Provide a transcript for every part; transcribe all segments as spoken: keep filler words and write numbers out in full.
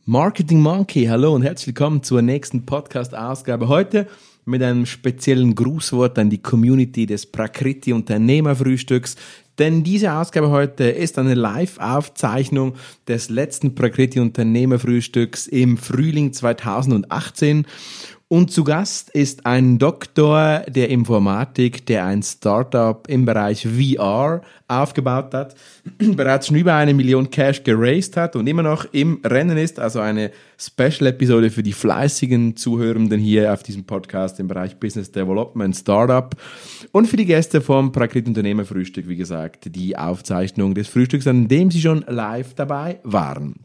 Marketing Monkey, hallo und herzlich willkommen zur nächsten Podcast-Ausgabe. Heute mit einem speziellen Grußwort an die Community des Prakriti Unternehmerfrühstücks. Denn diese Ausgabe heute ist eine Live-Aufzeichnung des letzten Prakriti Unternehmerfrühstücks im Frühling zweitausendachtzehn. Und zu Gast ist ein Doktor der Informatik, der ein Startup im Bereich V R aufgebaut hat, bereits schon über eine Million Cash geraced hat und immer noch im Rennen ist. Also eine Special-Episode für die fleißigen Zuhörenden hier auf diesem Podcast im Bereich Business Development, Startup. Und für die Gäste vom Prakriti Unternehmerfrühstück, wie gesagt, die Aufzeichnung des Frühstücks, an dem sie schon live dabei waren.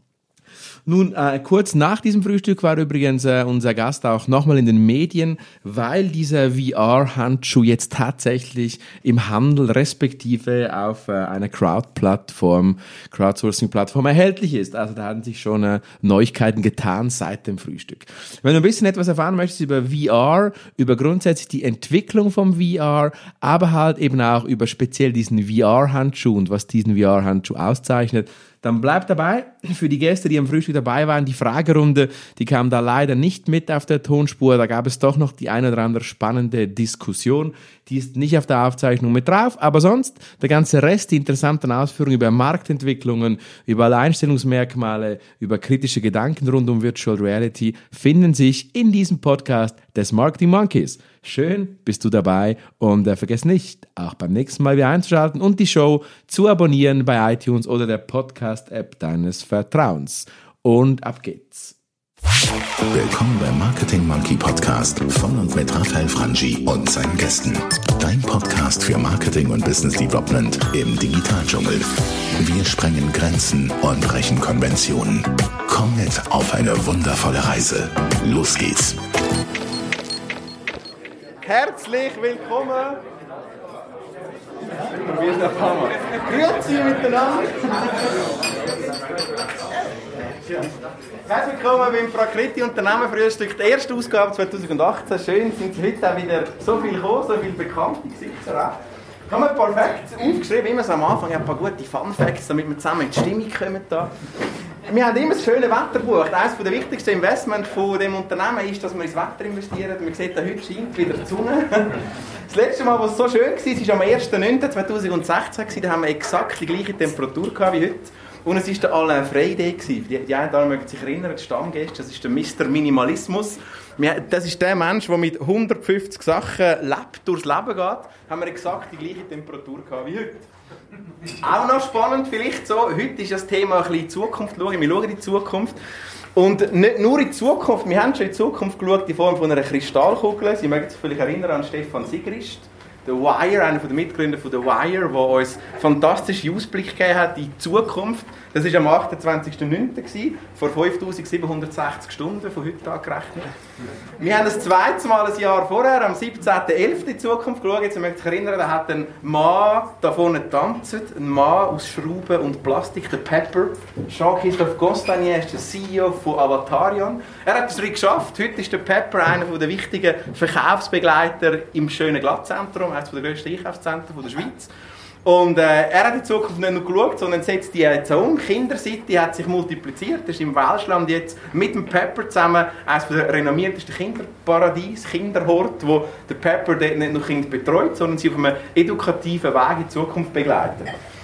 Nun, äh, kurz nach diesem Frühstück war übrigens äh, unser Gast auch nochmal in den Medien, weil dieser V R-Handschuh jetzt tatsächlich im Handel respektive auf äh, einer Crowd-Plattform, Crowdsourcing-Plattform erhältlich ist. Also da haben sich schon äh, Neuigkeiten getan seit dem Frühstück. Wenn du ein bisschen etwas erfahren möchtest über V R, über grundsätzlich die Entwicklung vom V R, aber halt eben auch über speziell diesen V R-Handschuh und was diesen V R-Handschuh auszeichnet, dann bleibt dabei. Für die Gäste, die am Frühstück dabei waren, die Fragerunde, die kam da leider nicht mit auf der Tonspur. Da gab es doch noch die ein oder andere spannende Diskussion. Die ist nicht auf der Aufzeichnung mit drauf. Aber sonst, der ganze Rest, die interessanten Ausführungen über Marktentwicklungen, über alle Einstellungsmerkmale, über kritische Gedanken rund um Virtual Reality, finden sich in diesem Podcast des Marketing Monkeys. Schön, bist du dabei und äh, vergiss nicht, auch beim nächsten Mal wieder einzuschalten und die Show zu abonnieren bei iTunes oder der Podcast-App deines Vertrauens. Und ab geht's. Willkommen beim Marketing Monkey Podcast von und mit Raphael Frangi und seinen Gästen. Dein Podcast für Marketing und Business Development im Digitaldschungel. Wir sprengen Grenzen und brechen Konventionen. Komm mit auf eine wundervolle Reise. Los geht's. Herzlich willkommen. Grüezi miteinander. Herzlich willkommen beim Prakriti Unternehmerfrühstück, die erste Ausgabe zweitausendachtzehn. Schön, sind heute auch wieder so viel gekommen, so viele bekannte Gesichter. Ich habe ein paar Facts aufgeschrieben, immer so am Anfang, ein paar gute Fun Facts, damit wir zusammen in die Stimmung kommen. Da. Wir haben immer das schöne Wetter gebucht. Eines der wichtigsten Investments von dem Unternehmen ist, dass wir ins Wetter investieren. Man sieht, heute scheint wieder die Sonne. Das letzte Mal, was so schön war, war am ersten neunten zweitausendsechzehn. Da haben wir exakt die gleiche Temperatur gehabt wie heute. Und es war der Alain Friday. Die, die einen da mögen sich erinnern, die Stammgäste, das ist der Mister Minimalismus. Das ist der Mensch, der mit hundertfünfzig Sachen lebt, durchs Leben geht. Haben wir exakt die gleiche Temperatur gehabt wie heute. Auch noch spannend vielleicht so, heute ist das Thema ein bisschen in die Zukunft schauen, wir schauen in die Zukunft. Und nicht nur in die Zukunft, wir haben schon in die Zukunft geschaut in Form von einer Kristallkugel. Sie mögen sich vielleicht erinnern an Stefan Sigrist, der Wire, einer der Mitgründer von der Wire, der uns fantastische Ausblick gegeben hat in die Zukunft. Das war am achtundzwanzigsten neunten vor fünftausendsiebenhundertsechzig Stunden von heute an gerechnet. Wir haben das zweite Mal ein Jahr vorher, am siebzehnten elften in die Zukunft geschaut. Jetzt möchte ich mich erinnern, da hat ein Mann da vorne getanzt, ein Mann aus Schrauben und Plastik, der Pepper. Jean-Christophe Gostanier ist der C E O von Avatarion. Er hat es geschafft. Heute ist der Pepper einer der wichtigen Verkaufsbegleiter im schönen Glattzentrum, eines der grössten Einkaufszentren der Schweiz. Und äh, er hat in Zukunft nicht nur geschaut, sondern setzt die jetzt um. Die Kinderseite hat sich multipliziert. Er ist im Welschland jetzt mit dem Pepper zusammen eines der renommiertesten Kinderparadies, Kinderhort, wo der Pepper dort nicht nur Kinder betreut, sondern sie auf einem edukativen Weg in die Zukunft begleitet.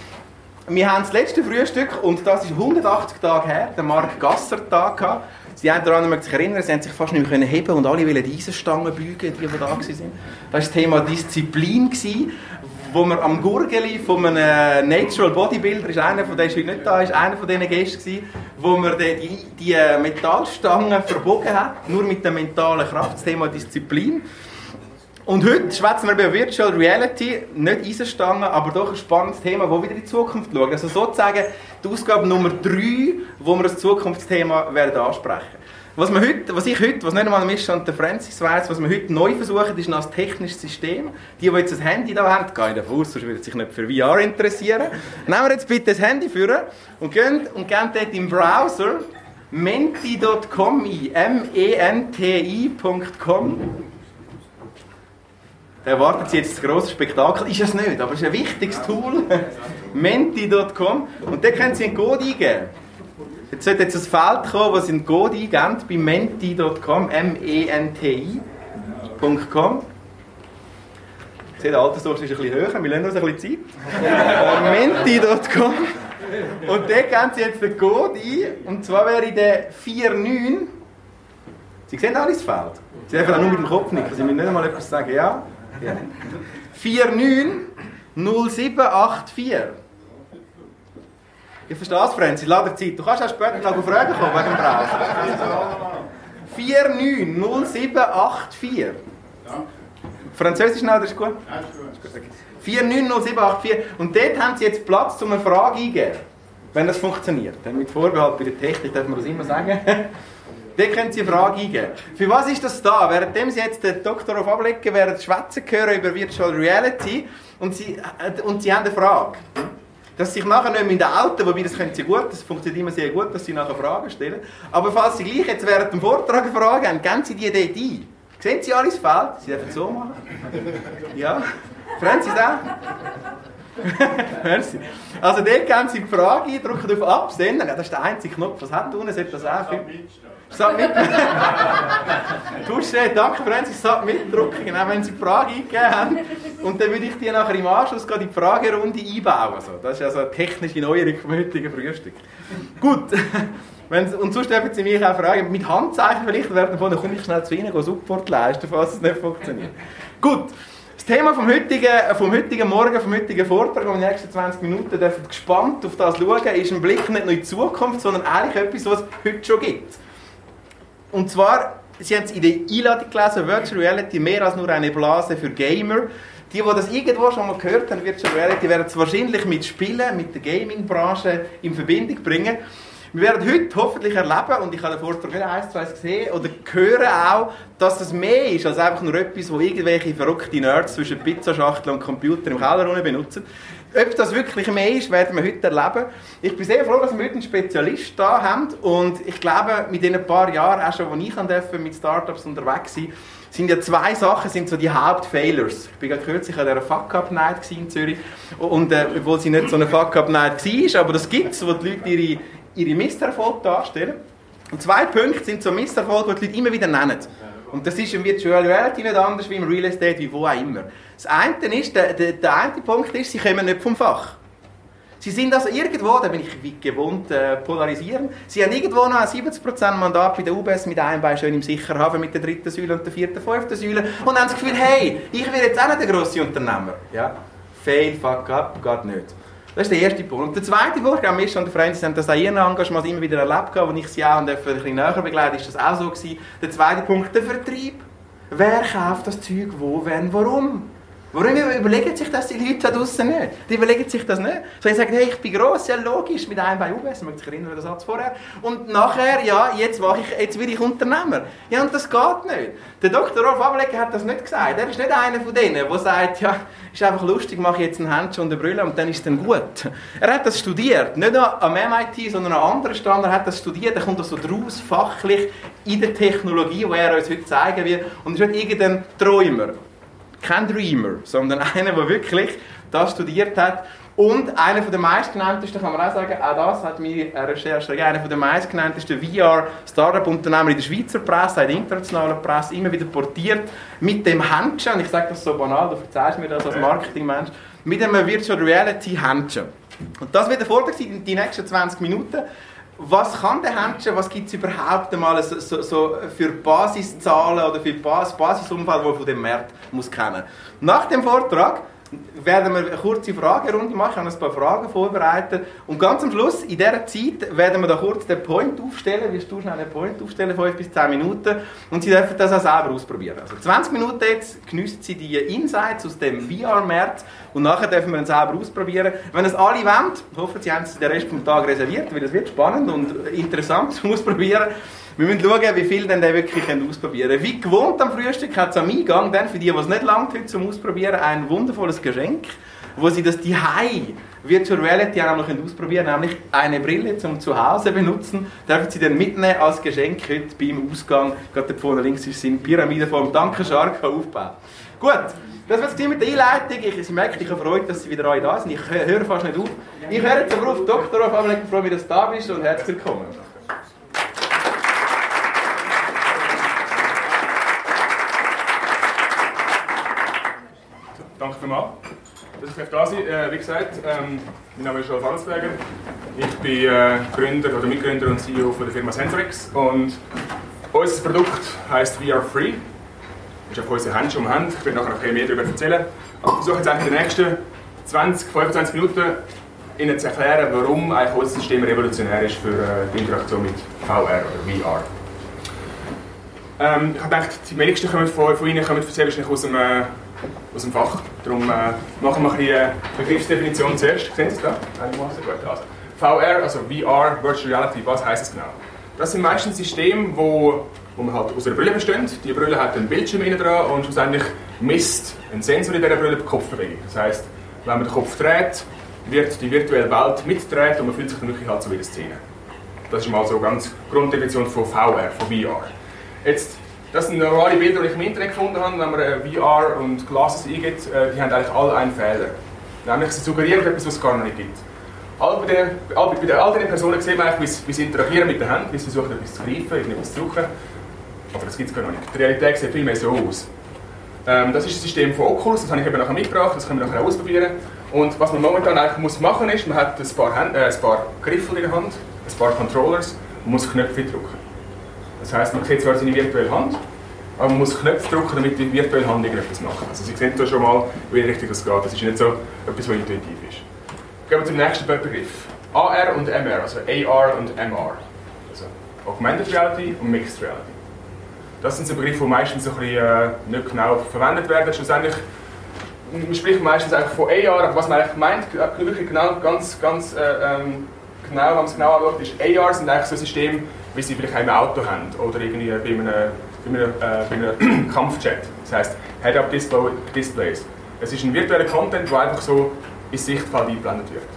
Wir haben das letzte Frühstück, und das ist hundertachtzig Tage her, den Mark Gasser-Tag gehabt. Die einen oder anderen mögen sich erinnern, sie haben sich fast nicht mehr heben und alle wollten die Eisenstangen beugen, die, die da waren. Das war das Thema Disziplin, wo wir am Gurgeli von einem Natural Bodybuilder, ist einer von denen ist heute nicht da, ist einer von diesen Gästen, wo man die, die Metallstangen verbogen hat, nur mit der mentalen Kraft, das Thema Disziplin. Und heute schwätzen wir über Virtual Reality, nicht Eisenstangen, aber doch ein spannendes Thema, das wieder in die Zukunft schaut. Also sozusagen die Ausgabe Nummer drei, wo wir das Zukunftsthema werden ansprechen. Was, wir heute, was ich heute, was nicht einmal Mischa und Francis weiss, was wir heute neu versuchen, ist ein technisches System. Die, die jetzt ein Handy da haben, gehen davon aus, sonst würden sich nicht für V R interessieren. Nehmen wir jetzt bitte das Handy führen und gehen und geben dort im Browser menti punkt com ein, M E N T I punkt com. Da erwartet Sie jetzt ein grosses Spektakel. Ist es nicht, aber es ist ein wichtiges Tool. menti punkt com. Und da können Sie einen Code eingeben. Jetzt sollte jetzt ein Feld kommen, wo Sie einen Code eingeben, bei menti punkt com, M E N T I punkt com. Ich sehe, der Altersdurchschnitt ist ein bisschen höher, wir lassen uns ein bisschen Zeit. menti punkt com. Und dort geben Sie jetzt den Code ein, und zwar wäre der vier neun. Sie sehen alles Feld. Sie dürfen auch nur mit dem Kopf nicken, Sie müssen nicht einmal etwas sagen, ja? Ja. vier neun null sieben acht vier. Ich verstehe es, Franzi, lass dir Zeit. Du kannst auch später noch Fragen kommen wegen dem Browser. vier neun null sieben acht vier. Französisch noch, das ist gut? Ja, ist gut. vier neun null sieben acht vier. Und dort haben Sie jetzt Platz, um eine Frage eingeben. Wenn das funktioniert. Mit Vorbehalt bei der Technik darf man das immer sagen. Dort können Sie eine Frage eingeben. Für was ist das da? Währenddem Sie jetzt den Doktor auf ablegen, werden Sie schwätzen hören über Virtual Reality und Sie, und Sie haben eine Frage. Dass Sie sich nachher nicht mehr in den Auto, wobei das können Sie gut, das funktioniert immer sehr gut, dass Sie nachher Fragen stellen. Aber falls Sie gleich jetzt während dem Vortrag eine Frage haben, geben Sie die dort ein. Sehen Sie alles Feld? Sie dürfen so machen. Ja. Freuen Sie es auch? Merci. Also dort geben Sie die Frage ein, drücken auf Absenden. Ja, das ist der einzige Knopf. Was hat unten? Sollte das auch finden? Submit. Tuschle, danke Francis, Submit drücken, genau, wenn Sie die Frage eingegeben haben. Und dann würde ich die nachher im Anschluss die Fragerunde einbauen. Also, das ist also eine technische Neuerung vom heutigen Frühstück. Gut. Wenn Sie, und sonst dürfen Sie mich auch fragen, mit Handzeichen vielleicht, davon, dann komme ich schnell zu Ihnen, Support leisten, falls es nicht funktioniert. Gut. Das Thema vom heutigen, vom heutigen Morgen, vom heutigen Vortrag, wo wir in den nächsten zwanzig Minuten dürfen gespannt auf das schauen, ist ein Blick nicht nur in die Zukunft, sondern eigentlich etwas, was es heute schon gibt. Und zwar, Sie haben es in der Einladung gelesen, Virtual Reality mehr als nur eine Blase für Gamer. Die, die das irgendwo schon mal gehört haben, Virtual Reality, werden es wahrscheinlich mit Spielen, mit der Gaming-Branche in Verbindung bringen. Wir werden heute hoffentlich erleben, und ich habe den Vortrag nicht eins zu eins gesehen, oder hören auch, dass es mehr ist als einfach nur etwas, wo irgendwelche verrückte Nerds zwischen Pizzaschachteln und Computer im Keller benutzen. Ob das wirklich mehr ist, werden wir heute erleben. Ich bin sehr froh, dass wir heute einen Spezialist da haben, und ich glaube, mit diesen paar Jahren, auch schon, als ich durfte, mit Startups unterwegs sein, sind ja zwei Sachen, sind so die Hauptfailures. Ich war kürzlich an dieser Fuck-Up-Night in Zürich, und äh, obwohl sie nicht so eine Fuck-Up-Night war, aber das gibt es, wo die Leute ihre ihre Misserfolge darstellen. Und zwei Punkte sind so Misserfolge, die die Leute immer wieder nennen. Und das ist im Virtual Reality nicht anders wie im Real Estate, wie wo auch immer. Das eine ist, der, der, der eine Punkt ist, sie kommen nicht vom Fach. Sie sind also irgendwo, da bin ich wie gewohnt äh, polarisieren, sie haben irgendwo noch ein siebzig Prozent Mandat bei der U B S mit einem Bein schön im Sicherhafen, mit der dritten Säule und der vierten, fünften Säule, und haben das Gefühl, hey, ich will jetzt auch nicht der grosse Unternehmer. Ja? Fail, fuck up, geht nicht. Das ist der erste Punkt. Und der zweite Punkt, auch Mischa und der Freunde haben das auch ihren Engagement immer wieder erlebt, als ich sie auch ein bisschen näher begleitet, ist das auch so gewesen. Der zweite Punkt, der Vertrieb. Wer kauft das Zeug wo, wenn, warum? Warum überlegen sich das die Leute da draussen nicht? Die überlegen sich das nicht. So, ich sage, hey, ich bin gross, ja logisch, mit einem bei U B S, man muss sich erinnern an den Satz vorher. Und nachher, ja, jetzt, ich, jetzt will ich Unternehmer. Ja, und das geht nicht. Der Doktor Rolf Ableger hat das nicht gesagt. Er ist nicht einer von denen, der sagt, ja, ist einfach lustig, mache ich jetzt einen Handschuh und eine Brille und dann ist es dann gut. Er hat das studiert, nicht nur am M I T, sondern an anderen Standorten hat das studiert. Er kommt so draus, fachlich, in der Technologie, die er uns heute zeigen wird. Und ist nicht irgendein Träumer. Kein Dreamer, sondern einer, der wirklich das studiert hat. Und einer der meistgenanntesten, kann man auch sagen, auch das hat meine Recherche gegeben, einer der meistgenanntesten V R-Startup-Unternehmer in der Schweizer Presse, in der internationalen Presse, immer wieder portiert mit dem Händchen, und ich sage das so banal, du verzeihst mir das als Marketingmensch, mit einem Virtual Reality Händchen. Und das wird der Vortrag sein, die nächsten zwanzig Minuten. Was kann der Händchen, was gibt es überhaupt einmal so, so, so für Basiszahlen oder für das Basisumfeld, das man von dem Markt muss kennen. Nach dem Vortrag werden wir eine kurze Fragerunde machen, ich habe ein paar Fragen vorbereitet, und ganz am Schluss, in dieser Zeit, werden wir da kurz den Point aufstellen, wirst du schnell einen Point aufstellen, fünf bis zehn Minuten, und Sie dürfen das auch selber ausprobieren. Also zwanzig Minuten jetzt geniessen Sie die Insights aus dem V R-Markt, und nachher dürfen wir ihn selber ausprobieren. Wenn es alle wollen, hoffen Sie, haben Sie den Rest des Tages reserviert, weil es wird spannend und interessant zum Ausprobieren. Wir müssen schauen, wie viel denn der wirklich ausprobieren können. Wie gewohnt am Frühstück hat es am Eingang, dann für die, die es nicht langt heute zum Ausprobieren, ein wundervolles Geschenk, wo Sie das Zuhause Virtual Reality auch noch ausprobieren können, nämlich eine Brille zum Zuhause benutzen. Dürfen Sie dann mitnehmen als Geschenk heute beim Ausgang. Gerade da vorne links ist in Pyramidenform Danke Shark aufgebaut. Gut, das war es mit der Einleitung. Ich, Sie merken, ich habe Freude, dass Sie wieder alle da sind. Ich höre fast nicht auf. Ich höre jetzt aber auf, Doktor, auf einmal ich freue mich, dass du da bist und herzlich willkommen. Danke vielmals, dass ich da sein darf. Äh, wie gesagt, ähm, mein Name ist Rolf Allensberger. Ich bin äh, Gründer oder Mitgründer und C E O von der Firma Sensorix. Und unser Produkt heisst We Are Free. Das ist auf unsere Hände, die wir haben. Ich werde nachher noch mehr darüber erzählen. Aber ich versuche jetzt eigentlich in den nächsten zwanzig, fünfundzwanzig Minuten Ihnen zu erklären, warum eigentlich unser System revolutionär ist für äh, die Interaktion mit V R oder V R. Ähm, ich habe gedacht, die wenigsten von, von Ihnen kommen sehr wahrscheinlich aus dem, äh, aus dem Fach. Darum äh, machen wir eine Begriffsdefinition zuerst. Sehen Sie es da? Einigermaßen gut. Also, V R, also V R, Virtual Reality, was heisst das genau? Das sind meistens Systeme, wo, wo man halt aus einer Brille bestehen. Die Brille hat einen Bildschirm innen dran und schlussendlich misst ein Sensor in dieser Brille die Kopfbewegung. Das heisst, wenn man den Kopf dreht, wird die virtuelle Welt mitgedreht und man fühlt sich dann wirklich halt so wie eine Szene. Das ist mal so eine ganz Grunddefinition von V R, von V R. Jetzt, das sind normale Bilder, die ich im Internet gefunden habe, wenn man V R und Glasses eingibt, die haben eigentlich alle einen Fehler. Nämlich, sie suggerieren etwas, was es gar noch nicht gibt. All bei, den, all bei all diesen Personen sieht man eigentlich, wie sie interagieren mit den Händen, wie sie versuchen, etwas zu greifen, irgendetwas zu drücken. Aber das gibt es gar noch nicht. Die Realität sieht viel mehr so aus. Ähm, das ist das System von Oculus, das habe ich eben nachher mitgebracht, das können wir nachher ausprobieren. Und was man momentan eigentlich muss machen ist, man hat ein paar, Hand, äh, ein paar Griffel in der Hand, ein paar Controllers und muss Knöpfe drücken. Das heisst, man sieht zwar seine virtuelle Hand, aber man muss Knöpfe drücken, damit die virtuelle Hand irgendetwas macht. Also Sie sehen hier schon mal, wie richtig das geht. Das ist nicht so etwas, was intuitiv ist. Gehen wir zum nächsten Begriff. A R und M R, also A R und M R. Also Augmented Reality und Mixed Reality. Das sind so Begriffe, die meistens so ein bisschen, äh, nicht genau verwendet werden. Schlussendlich, man spricht meistens eigentlich von A R, aber was man eigentlich meint, wirklich genau, ganz, ganz äh, ähm, genau, wenn man es genau anschaut, ist A R sind eigentlich so Systeme, wie sie vielleicht im Auto haben oder irgendwie bei einem, bei einem, äh, bei einem Kampfjet. Das heisst Head-Up-Displays. Es ist ein virtueller Content, der einfach so ins Sichtfeld eingeblendet wird.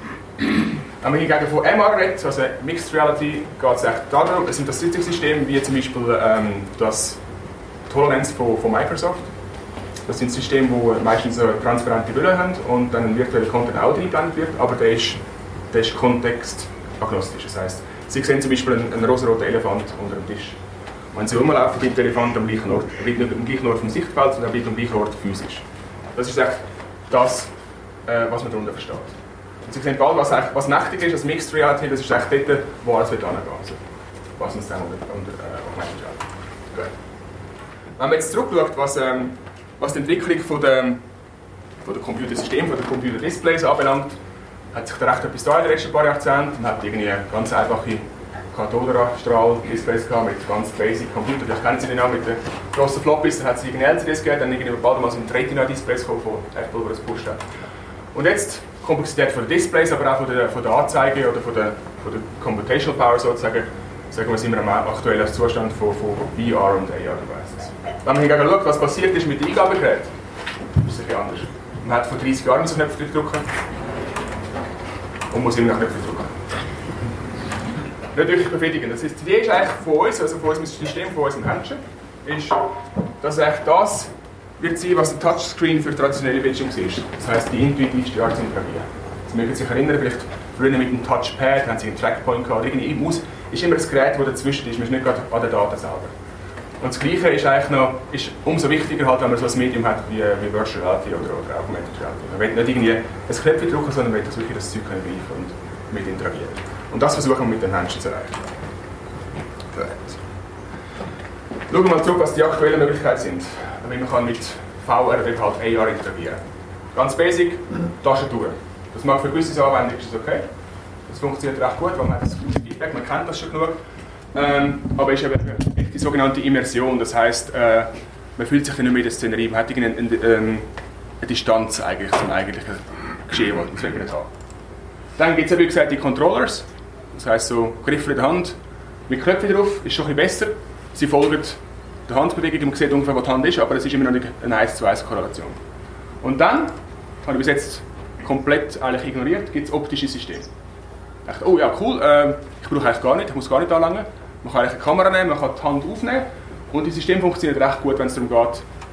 Wenn man hingegen von M R redet, also Mixed Reality, geht es echt darum, es sind das Systeme wie zum Beispiel ähm, das HoloLens von, von Microsoft. Das sind Systeme, die meistens eine transparente Brille haben und dann ein virtueller Content auch eingeblendet wird, aber der ist, der ist kontextagnostisch. Das heisst, Sie sehen zum Beispiel einen, einen rosaroten Elefant unter dem Tisch. Wenn Sie rumlaufen, bleibt der Elefant am gleichen Ort. Er bleibt nicht am gleichen Ort vom Sichtfeld, sondern er bleibt am gleichen Ort physisch. Das ist echt das, äh, was man darunter versteht. Und Sie sehen bald, was, was mächtig ist als Mixed Reality, das ist echt dort, wo alles wird hingehen. Also, was uns dann unter, unter äh, Augmented Reality. Gut. Wenn man jetzt zurückschaut, was, ähm, was die Entwicklung von der, von der Computersystemen, von den Computerdisplays anbelangt, hat sich da recht etwas da in den letzten paar Jahrzehnten. Man hat irgendwie ganz einfache Kathodenstrahl-Displays gehabt mit ganz basic Computern. Vielleicht kennen Sie den auch mit den grossen Floppies, dann hat es irgendwie L C Ds gegeben, dann irgendwie bald mal so ein Retina-Displays gekommen von Apple, das gepusht hat. Und jetzt Komplexität von den Displays, aber auch von der, von der Anzeige oder von der, von der Computational Power sozusagen, sagen wir, sind wir am aktuellen Zustand von, von V R und A R-Devices. Wenn man hingegen schaut, was passiert ist mit den Eingabegeräten, ist es ein bisschen anders. Man hat vor dreißig Jahren so Knöpfe drücken und muss immer noch Knöpfe drücken. Nicht wirklich befriedigend. Das ist, die Idee ist eigentlich von uns, also von unserem System, von unseren Menschen, ist, dass eigentlich das wird sein, was ein Touchscreen für traditionelle Bildschirme ist. Das heisst, die intuitivste Art zu interagieren. Sie mögen sich erinnern, vielleicht früher mit dem Touchpad, haben Sie einen Trackpoint gehabt, irgendwie Maus ist immer ein Gerät, das dazwischen ist, man ist nicht gerade an den Daten selber. Und das Gleiche ist eigentlich noch, ist umso wichtiger, halt, wenn man so ein Medium hat wie, wie Virtual Reality oder, oder Augmented Reality. Man will nicht irgendwie ein Knöpfchen drücken, sondern man will das wirklich das Zeug greifen und mit interagieren. Und das versuchen wir mit den Menschen zu erreichen. Gut. Schauen wir mal zurück, was die aktuellen Möglichkeiten sind, wie man kann mit V R oder halt A R interagieren kann. Ganz basic, Tastatur. Das mag für gewisse Anwendungen ist das okay. Das funktioniert recht gut, weil man hat das gute Feedback, man kennt das schon genug. Ähm, aber es ist eben die sogenannte Immersion, das heisst, äh, man fühlt sich dann nicht mehr in der Szenerie, man hat eine, eine, eine, eine Distanz eigentlich zum eigentlichen Geschehen, das wir nicht haben. Dann gibt es wie gesagt die Controllers, das heisst so Griffel in der Hand, mit Knöpfen drauf, ist schon ein bisschen besser. Sie folgen der Handbewegung, man sieht ungefähr, wo die Hand ist, aber es ist immer noch nicht eine eins zu eins Korrelation. Und dann, habe ich bis jetzt komplett eigentlich ignoriert, gibt es optische Systeme. Ich dachte, oh ja cool, äh, ich brauche eigentlich gar nicht, ich muss gar nicht anlangen. Man kann eigentlich eine Kamera nehmen, man kann die Hand aufnehmen und das System funktioniert recht gut, wenn es darum geht,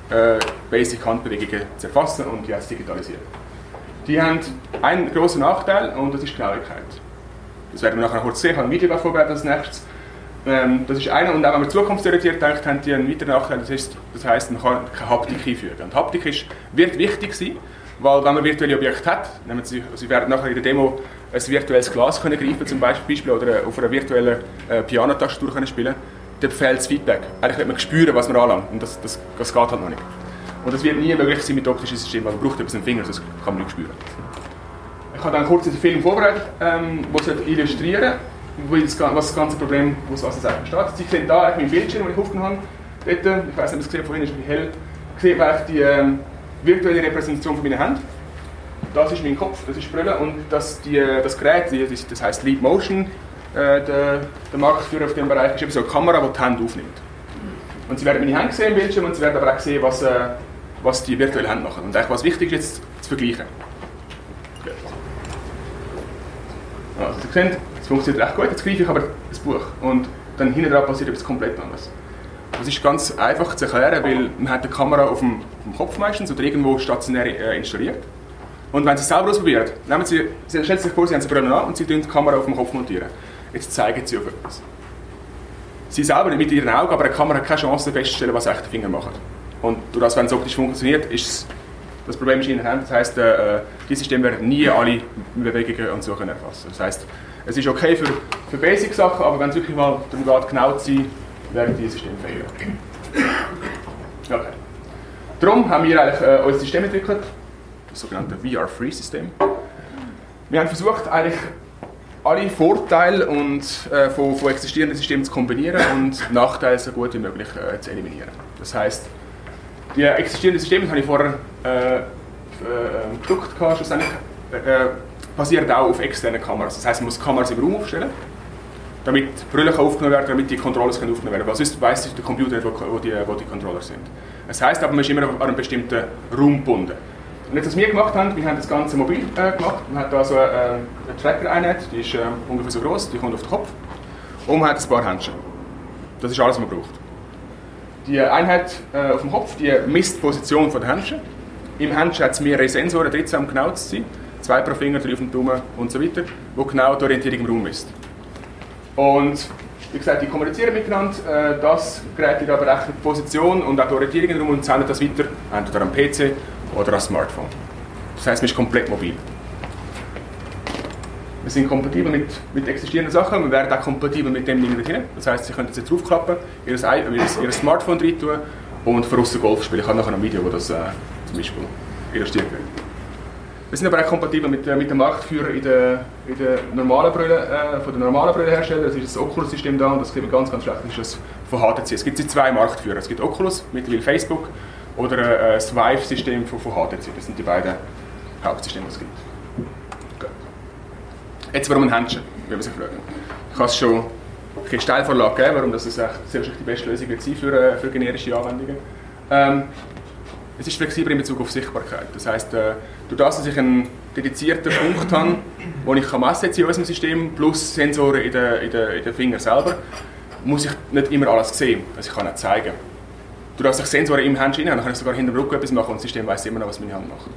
äh, Basic Handbewegungen zu erfassen und jetzt digitalisieren. Die haben einen grossen Nachteil und das ist Genauigkeit. Das werden wir nachher kurz sehen, ich habe ein Video vorbereitet als nächstes. Ähm, das ist einer, und auch wenn man zukunftsorientiert denkt, haben die einen weiteren Nachteil, das heisst, das heisst, man kann keine Haptik einfügen. Und Haptik ist, wird wichtig sein, weil wenn man virtuelle Objekte hat, nehmen Sie, Sie werden nachher in der Demo ein virtuelles Glas können greifen zum Beispiel, oder auf einer virtuellen äh, Pianotastatur können spielen, dann fehlt das Feedback. Eigentlich wird man spüren, was man anlangt, und das, das, das geht halt noch nicht. Und das wird nie möglich sein mit optischen Systemen, weil man braucht etwas im Finger, sonst kann man nicht spüren. Ich habe dann kurz einen Film vorbereitet, ähm, der illustrieren soll, was das ganze Problem, was es eigentlich besteht. Sie sehen da meinen Bildschirm, den ich aufgenommen habe. Dort, ich weiß nicht, ob Sie es gesehen vorhin ist ein bisschen hell. Sieht man die ähm, virtuelle Repräsentation von meiner Hand. Das ist mein Kopf, das ist die Brille, und das, die, das Gerät, die, das heisst Leap Motion, äh, der, der Marktführer auf diesem Bereich, ist eben so eine Kamera, die die Hände aufnimmt. Und Sie werden meine Hände sehen im Bildschirm, und Sie werden aber auch sehen, was, äh, was die virtuellen Hände machen. Und eigentlich, was wichtig ist, jetzt zu vergleichen. Also, Sie sehen, es funktioniert recht gut. Jetzt greife ich aber das Buch und dann hinten dran passiert etwas komplett anderes. Das ist ganz einfach zu erklären, weil man hat eine Kamera auf dem, auf dem Kopf meistens oder irgendwo stationär äh, installiert. Und wenn Sie es selber ausprobieren, nehmen Sie, Sie stellen sich vor, Sie haben eine Brille an und Sie montieren die Kamera auf dem Kopf montieren. Jetzt zeigen Sie auf etwas. Sie selber mit Ihren Augen, aber eine Kamera hat keine Chance festzustellen, was echt die Finger machen. Und durch das, wenn es optisch funktioniert, ist es, das Problem ist in Ihren Händen. Das heisst, äh, die Systeme werden nie alle Bewegungen und so können erfassen. Das heisst, es ist okay für, für Basic-Sachen, aber wenn es wirklich mal darum geht, genau zu sein, werden die Systeme fehlen. Okay. Darum haben wir eigentlich äh, unser System entwickelt, das sogenannte V R-Free-System. Wir haben versucht, eigentlich alle Vorteile und, äh, von, von existierenden Systemen zu kombinieren und Nachteile so gut wie möglich äh, zu eliminieren. Das heisst, die existierenden Systeme, das habe ich vorher äh, äh, gedruckt, schlussendlich, äh, basieren auch auf externen Kameras. Das heisst, man muss Kameras im Raum aufstellen, damit die Brille aufgenommen werden, damit die Controllers aufgenommen werden. Weil sonst weiss der Computer nicht, wo die, wo die Controller sind. Das heisst aber, man ist immer an einen bestimmten Raum gebunden. Und jetzt, was wir gemacht haben, wir haben das Ganze mobil äh, gemacht. Man hat da so eine, eine Tracker-Einheit, die ist äh, ungefähr so groß, die kommt auf den Kopf. Und man hat ein paar Händchen. Das ist alles, was man braucht. Die Einheit äh, auf dem Kopf, die misst die Position der Händchen. Im Händchen hat es mehrere Sensoren drin, um genau zu sein. Zwei pro Finger, drei auf dem Daumen und so weiter, die genau die Orientierung im Raum misst. Und wie gesagt, die kommunizieren miteinander. Äh, das Gerät aber berechnet die Position und auch die Orientierung im Raum und sendet das weiter, entweder am P C oder am Smartphone. Das heisst, man ist komplett mobil. Wir sind kompatibel mit, mit existierenden Sachen, wir werden auch kompatibel mit dem Ding dorthin. Das heisst, Sie können jetzt draufklappen, Ihr, Ihr, Ihr Smartphone rein tun und von außen Golf spielen. Ich habe nachher ein Video, wo das äh, zum Beispiel illustriert wird. Wir sind aber auch kompatibel mit, mit dem Marktführer in der, in der normalen Brille, äh, von den normalen Brillenherstellern. Das ist das Oculus-System da und das sieht ganz, ganz schlecht. Das ist das von H T C. Es gibt zwei Marktführer. Es gibt Oculus, mittlerweile Facebook, oder äh, das Vive-System von, von H T C. Das sind die beiden Hauptsysteme, die es gibt. Gut. Jetzt warum ein Händchen, wenn man sich fragen. Ich habe es schon eine Steilvorlage gegeben, warum das echt sehr wahrscheinlich die beste Lösung wird sein für, für generische Anwendungen. Ähm, Es ist flexibel in Bezug auf Sichtbarkeit. Das heisst, äh, durch das, dass ich einen dedizierten Punkt habe, wo ich messen kann in unserem System, plus Sensoren in den, in den, in den Fingern selber, muss ich nicht immer alles sehen. Also ich kann auch zeigen. Durch das ich Sensoren im Händchen habe, kann ich sogar hinter dem Rücken etwas machen und das System weiss immer noch, was meine Hand macht.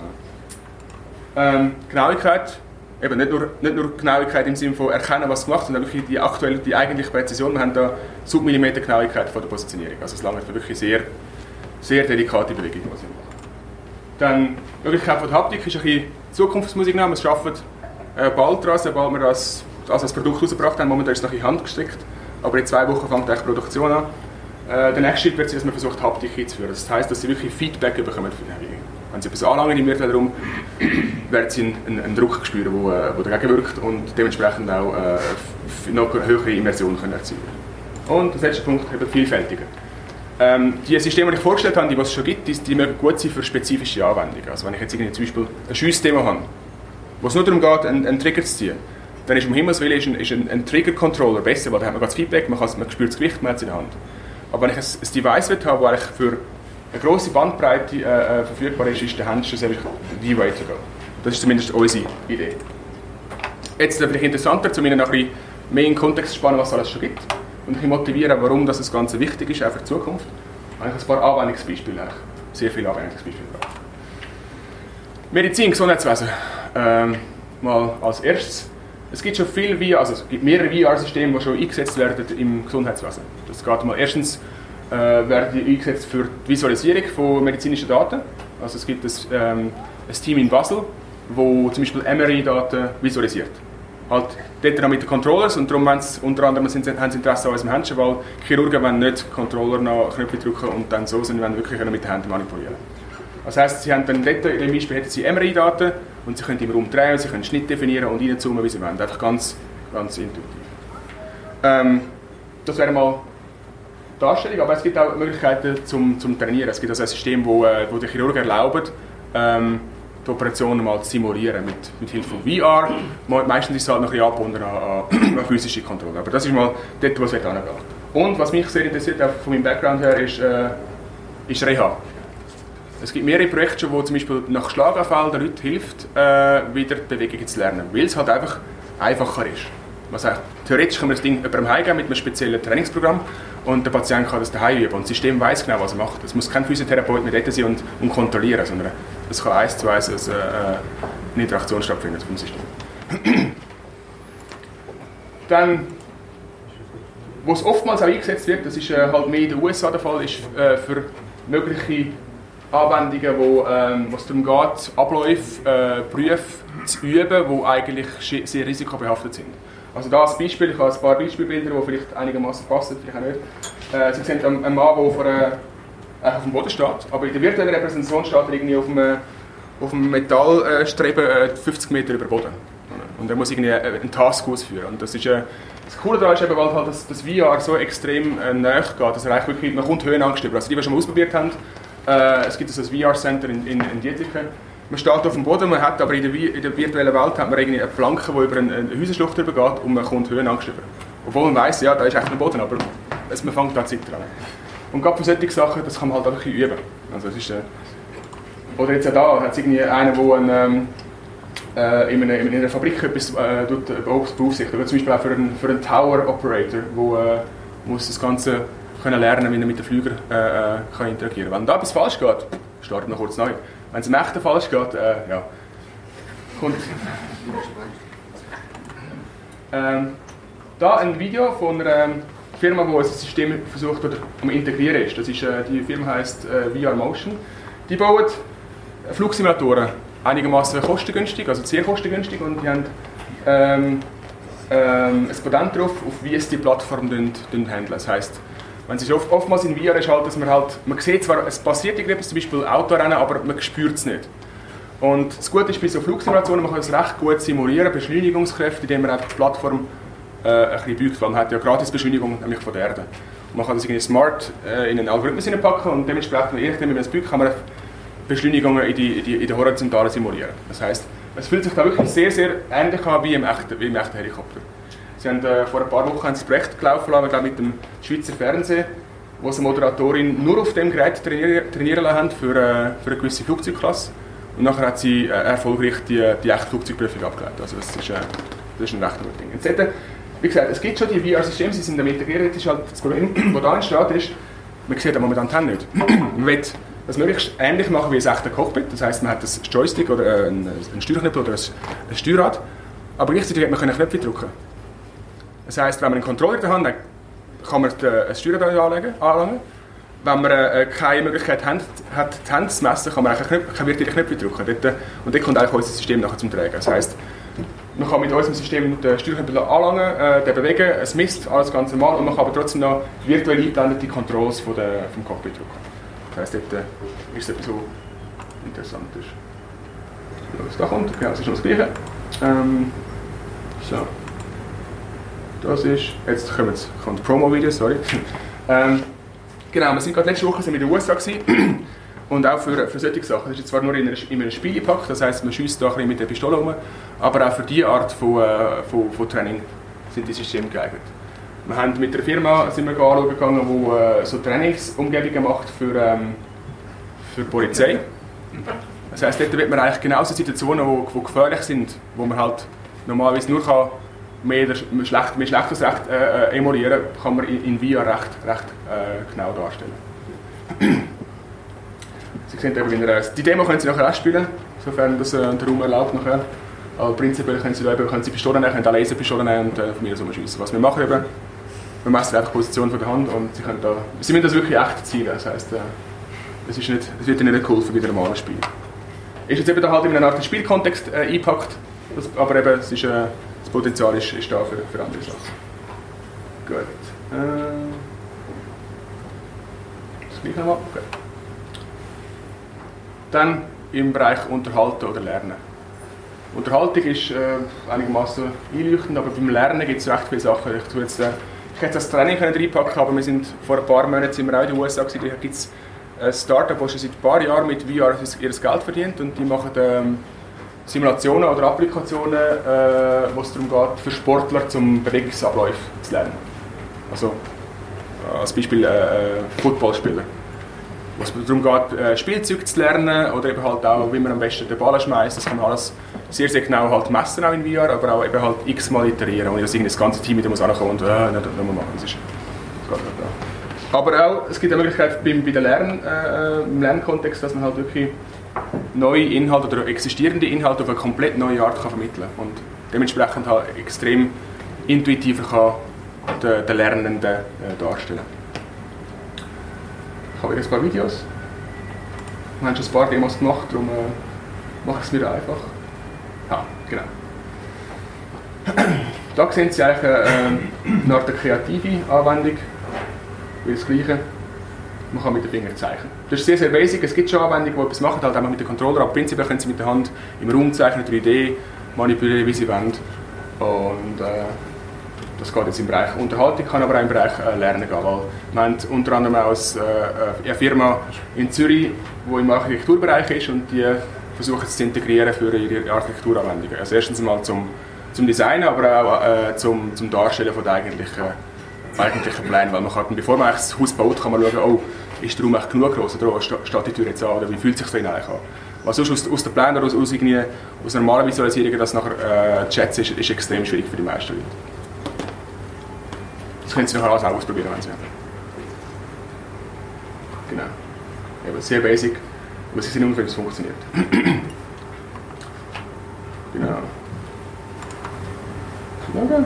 Ähm, Genauigkeit, eben nicht nur, nicht nur Genauigkeit im Sinne von erkennen, was gemacht wird, sondern wirklich die aktuelle, die eigentliche Präzision. Wir haben da Submillimeter Genauigkeit von der Positionierung. Also es langt für wirklich sehr sehr delikate Bewegung, was ich mache. Dann die Möglichkeit von der Haptik ist ein bisschen Zukunftsmusik. Wir arbeiten äh, bald daran, sobald wir das, also das Produkt rausgebracht haben. Momentan ist es noch in Hand gestrickt, aber in zwei Wochen fängt die Produktion an. Äh, der nächste Schritt wird sein, dass man versucht, Haptik einzuführen. Das heisst, dass sie wirklich Feedback bekommen für die Bewegung. Wenn sie etwas anlangen im Virtuellen, werden sie einen, einen Druck spüren, der dagegen wirkt und dementsprechend auch äh, noch höhere Immersion können erzielen können. Und der letzte Punkt, eben vielfältiger. Ähm, die Systeme, die ich vorgestellt habe, die es schon gibt, die, die mögen gut sein für spezifische Anwendungen. Also wenn ich jetzt irgendwie zum Beispiel ein Schussthema habe, wo es nur darum geht, einen, einen Trigger zu ziehen, dann ist um Himmels Willen ist ein, ist ein, ein Trigger-Controller besser, weil da hat man das Feedback, man, kann, man spürt das Gewicht, man hat es in der Hand. Aber wenn ich ein, ein Device will haben, das für eine grosse Bandbreite äh, verfügbar ist, ist der Händchen selbst the way to go. Das ist zumindest unsere Idee. Jetzt vielleicht interessanter, um Ihnen noch ein bisschen mehr in den Kontext zu spannen, was es alles schon gibt. Und ich motivieren, warum das Ganze wichtig ist, auch für die Zukunft. Eigentlich ein paar Anwendungsbeispiele, eigentlich. Sehr viele Anwendungsbeispiele. Medizin, Gesundheitswesen. Ähm, mal als erstes. Es gibt schon viele V R, also es gibt mehrere V R-Systeme, die schon eingesetzt werden im Gesundheitswesen. Das geht mal erstens äh, werden die eingesetzt für die Visualisierung von medizinischen Daten. Also es gibt ein, ähm, ein Team in Basel, das zum Beispiel M R I-Daten visualisiert. Halt dort noch mit den Controllers und darum haben sie unter anderem haben sie Interesse an unserem Händchen, weil Chirurgen wollen nicht Controller nach Knöpfe drücken und dann so, sondern wollen wirklich mit den Händen manipulieren. Das heisst, sie haben dann dort, in dem Beispiel hätten sie M R I-Daten und sie können im Raum drehen, sie können Schnitt definieren und reinzoomen, wie sie wollen. Einfach ganz, ganz intuitiv. Ähm, das wäre mal die Darstellung, aber es gibt auch Möglichkeiten zum, zum Trainieren. Es gibt also ein System, wo, äh, wo die Chirurgen erlauben, ähm, die Operationen mal zu simulieren mit, mit Hilfe von V R. Meistens ist es halt noch ein bisschen angebunden an, an physische Kontrolle. Aber das ist mal dort, wo es hingehen. Und was mich sehr interessiert, auch von meinem Background her, ist, äh, ist Reha. Es gibt mehrere Projekte, wo zum Beispiel nach Schlaganfällen den Leuten hilft, äh, wieder Bewegungen zu lernen, weil es halt einfach einfacher ist. Man sagt, theoretisch kann man das Ding jemandem heimgeben mit einem speziellen Trainingsprogramm und der Patient kann das daheim üben und das System weiss genau, was er macht. Es muss kein Physiotherapeut mit dort sein und, und kontrollieren, sondern es kann eins zu eins eine, eine Interaktion stattfinden vom System. Dann, wo es oftmals auch eingesetzt wird, das ist äh, halt mehr in den U S A der Fall, ist äh, für mögliche Anwendungen, wo, ähm, wo es darum geht, Abläufe, äh, Berufe zu üben, die eigentlich sehr risikobehaftet sind. Also da als Beispiel, ich habe ein paar Beispielbilder, die vielleicht einigermaßen passen, vielleicht auch nicht. Äh, Sie sehen einen Mann, der vor, äh, auf dem Boden steht, aber in der virtuellen Repräsentation steht er irgendwie auf einem, auf einem Metallstreben äh, fünfzig Meter über Boden. Und er muss irgendwie einen Task ausführen. Und das, ist, äh, das Coole daran ist eben, weil halt das, das V R so extrem äh, nahe geht, dass er eigentlich wirklich, man kommt Höhenangst über. Also die, die schon mal ausprobiert haben, äh, es gibt also ein V R-Center in, in, in Dietliken. Man steht auf dem Boden, man hat aber in der, in der virtuellen Welt hat man irgendwie eine Planke, die über eine, eine Häuserschlucht geht und man kommt Höhenangst über. Obwohl man weiss, ja, da ist echt ein Boden, aber es, man fängt da zu zittern. Und gerade für solche Sachen, das kann man halt einfach üben. Also es ist, äh, oder jetzt auch da hat es irgendwie einen, der ein, äh, in, einer, in einer Fabrik etwas äh, beaufsichtigt. Oder zum Beispiel auch für einen, für einen Tower Operator, der äh, muss das Ganze können lernen, wie er mit den Flügern äh, kann interagieren kann. Wenn da etwas falsch geht, startet man kurz neu. Wenn es im Echten falsch geht, äh, ja, kommt. Ähm, da ein Video von einer Firma, die ein System versucht oder um integrieren ist. Das ist äh, die Firma heisst äh, V R Motion. Die bauen Flugsimulatoren einigermaßen kostengünstig, also sehr kostengünstig, und die haben ähm, ähm, ein Patent drauf, auf wie es die Plattform handeln. Das heisst, wenn es oft, oftmals in V R ist, halt, dass man halt, man sieht zwar, es passiert irgendetwas, zum Beispiel Autorennen, aber man spürt es nicht. Und das Gute ist bei so Flugsimulationen, man kann es recht gut simulieren, Beschleunigungskräfte, indem man einfach die Plattform äh, ein bisschen beugt, weil man hat ja gratis Beschleunigung, nämlich von der Erde. Und man kann das irgendwie smart äh, in einen Algorithmus hineinpacken und dementsprechend, je nachdem, wie man es beugt, kann man Beschleunigungen in die, in die, in die Horizontale simulieren. Das heisst, es fühlt sich da wirklich sehr, sehr ähnlich an wie im echten, wie im echten Helikopter. Sie haben, äh, vor ein paar Wochen haben sie ein Projekt gelaufen lassen, glaube mit dem Schweizer Fernsehen, wo sie eine Moderatorin nur auf dem Gerät trainieren, trainieren lassen haben für, äh, für eine gewisse Flugzeugklasse. Und nachher hat sie äh, erfolgreich die, die echte Flugzeugprüfung abgelegt. Also das ist, äh, das ist ein recht gutes Ding. Jetzt hätte, wie gesagt, es gibt schon die V R-Systeme, sie sind damit integriert. Das ist halt das Problem, das da entsteht, ist, man sieht aber momentan Antennen nicht. Man will das möglichst ähnlich machen wie ein echter Cockpit. Das heisst, man hat ein Joystick oder äh, einen, einen Steuerknüppel oder ein, ein Steuerrad. Aber gleichzeitig hat man Knöpfe drücken. Das heisst, wenn man einen Controller in der Hand hat, kann man ein Steuerrad anlegen, anlangen. Wenn man äh, keine Möglichkeit hat, hat, die Hände zu messen, kann man keine virtuellen Knöpfe drücken. Dort, und dort kommt eigentlich unser System nachher zum Tragen. Das heisst, man kann mit unserem System den Steuerknüppel anlangen, äh, den bewegen, es misst alles ganz normal, und man kann aber trotzdem noch virtuell eingeblendete Controls von der, vom Cockpit drücken. Das heisst, dort äh, ist es etwas so interessant. Was da kommt, genau, das ist noch das Gleiche. Ähm, so. Das ist, jetzt kommen jetzt, kommt Promo-Video, sorry. ähm, genau, wir sind gerade letzte Woche in den U S A gewesen, und auch für, für solche Sachen. Das ist jetzt zwar nur in, einer, in einem Spielepack, das heisst, man schiesst da ein bisschen mit der Pistole rum, aber auch für diese Art von, äh, von, von Training sind die Systeme geeignet. Wir haben mit einer Firma sind wir anschauen gegangen, die äh, so Trainingsumgebungen macht für, ähm, für die Polizei. Das heisst, dort wird man eigentlich genauso Situationen, die gefährlich sind, wo man halt normalerweise nur kann mehr, schlecht, mehr schlechtes Recht äh, emulieren, kann man in, in V R recht, recht äh, genau darstellen. Sie sehen eben, wie er, die Demo können Sie nachher auch spielen, sofern das äh, der Raum erlaubt nachher. Aber prinzipiell können Sie da eben, können Sie Pistolen nehmen, können auch Laserpistolen nehmen und äh, von mir so schiessen. Was wir machen eben, wir messen einfach die Position von der Hand und Sie können da, Sie müssen das wirklich echt zielen, das heisst, äh, es ist nicht, es wird Ihnen nicht geholfen wie der normale Spiel. Ist jetzt eben da halt in einer Art Spielkontext äh, eingepackt, das, aber eben, es ist, äh, das Potenzial ist, ist da für, für andere Sachen. Gut. Äh, das gleiche nochmal. Okay. Dann im Bereich Unterhalten oder Lernen. Unterhaltung ist äh, einigermaßen einleuchtend, aber beim Lernen gibt es recht viele Sachen. Ich, tue jetzt, äh, ich hätte das Training reinpacken, aber wir sind vor ein paar Monaten sind wir auch in den U S A gewesen. Da gibt es ein Startup, das schon seit ein paar Jahren mit V R ihr Geld verdient und die machen ähm, Simulationen oder Applikationen, äh, wo es darum geht, für Sportler zum Bewegungsabläufe zu lernen. Also äh, als Beispiel äh, Footballspieler. Wo es darum geht, äh, Spielzeuge zu lernen oder eben halt auch, wie man am besten den Ball schmeißt. Das kann man alles sehr, sehr genau halt messen auch in V R, aber auch eben halt x-mal iterieren, ohne dass das ganze Team wieder muss ankommen und äh, nicht nochmal machen. Das ist, das geht nicht da. Aber auch, es gibt eine Möglichkeit beim, bei der Lern, äh, im Lernkontext, dass man halt wirklich neue Inhalte oder existierende Inhalte auf eine komplett neue Art kann vermitteln kann und dementsprechend halt extrem intuitiver kann den, den Lernenden äh, darstellen. Ich habe jetzt ein paar Videos. Wir haben schon ein paar Demos gemacht, darum äh, mache ich es mir einfach. Ah, genau. Da sehen Sie eigentlich äh, eine Art kreative Anwendung. Wie das Gleiche. Man kann mit den Fingern zeichnen. Das ist sehr, sehr basic. Es gibt schon Anwendungen, die etwas machen, halt auch mit dem Controller. Aber prinzipiell können Sie mit der Hand im Raum zeichnen, drei D manipulieren, wie Sie wollen. Und äh, das geht jetzt im Bereich Unterhaltung, kann aber auch im Bereich äh, Lernen gehen. Weil wir haben unter anderem auch äh, eine Firma in Zürich, die im Architekturbereich ist und die versuchen es zu integrieren für ihre Architekturanwendungen. Also erstens mal zum, zum Designen, aber auch äh, zum, zum Darstellen von der eigentlichen, eigentlichen Plänen. Weil man kann, bevor man das Haus baut, kann man schauen, oh, ist der Raum echt genug groß oder oh, steht die Tür jetzt an oder wie fühlt sich das eigentlich an. Weil sonst aus, aus den Plänen oder aus, aus, aus normalen Visualisierungen das nachher äh, zu schätzen, ist, ist extrem schwierig für die meisten Leute. Das können Sie nachher alles auch ausprobieren, wenn Sie wollen. Genau. Eben sehr basic, aber Sie sehen ungefähr, wie es funktioniert. Genau. Okay.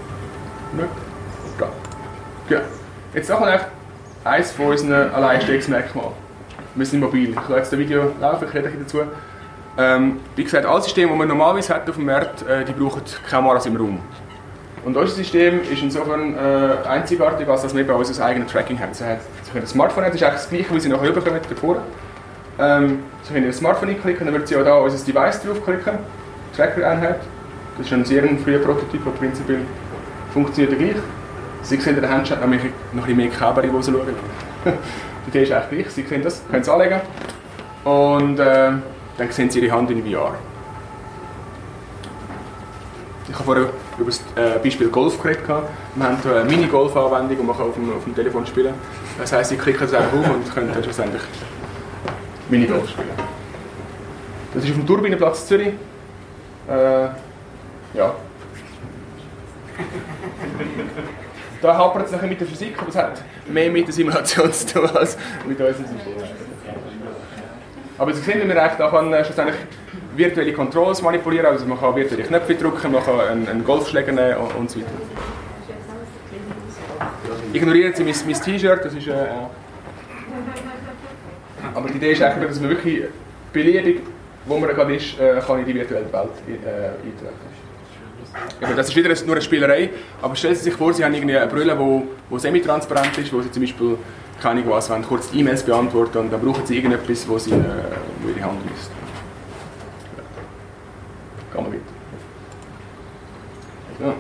Da. Genau. Jetzt noch mal eines von unseren Alleinstehungsmerkmalen. Wir sind mobil. Ich lasse jetzt das Video laufen, ich rede euch dazu. Ähm, wie gesagt, alle Systeme, die man normalerweise hat auf dem Markt, äh, die brauchen Kameras im Raum. Und unser System ist insofern äh, einzigartig, als dass wir bei uns ein eigenes Tracking haben. Sie, haben, Sie können ein Smartphone haben, das ist eigentlich das gleiche, wie Sie nachher bekommen davor. Ähm, Sie können Ihr Smartphone einklicken, dann wird Sie auch hier unser Device draufklicken, Tracker-Einheit. Das ist ein sehr früher Prototyp, der prinzipiell funktioniert gleich. Sie sehen, der Handschuh hat nämlich noch ein bisschen mehr Kabel, die rausschauen. Die Idee ist eigentlich gleich. Sie sehen das, können es anlegen und äh, dann sehen Sie Ihre Hand in V R. Ich habe vorher über das äh, Beispiel Golf geredet. Wir haben eine Mini-Golf-Anwendung und man kann auf dem, auf dem Telefon spielen. Das heisst, Sie klicken das einfach um und können dann schlussendlich Mini-Golf spielen. Das ist auf dem Turbinenplatz Zürich. Äh, ja. Da hapert es nachher mit der Physik, aber es hat mehr mit der Simulation zu tun als mit unserem System. Aber Sie sehen, wie man eigentlich da kann, äh, schlussendlich virtuelle Controls manipulieren, also man kann virtuelle Knöpfe drücken, man kann einen, einen Golfschläger nehmen und, und so weiter. Ignorieren Sie mein, mein T-Shirt, das ist äh, aber die Idee ist eigentlich, dass man wirklich beliebig, wo man gerade ist, äh, kann in die virtuelle Welt äh, eintreten. Eben, das ist wieder nur eine Spielerei, aber stellen Sie sich vor, Sie haben irgendwie eine Brille, die semi-transparent ist, wo Sie zum Beispiel keine was wollen, kurz die E-Mails beantworten und dann brauchen Sie irgendetwas, wo Sie äh, wo Ihre Hand liest. Gehen wir weiter. So.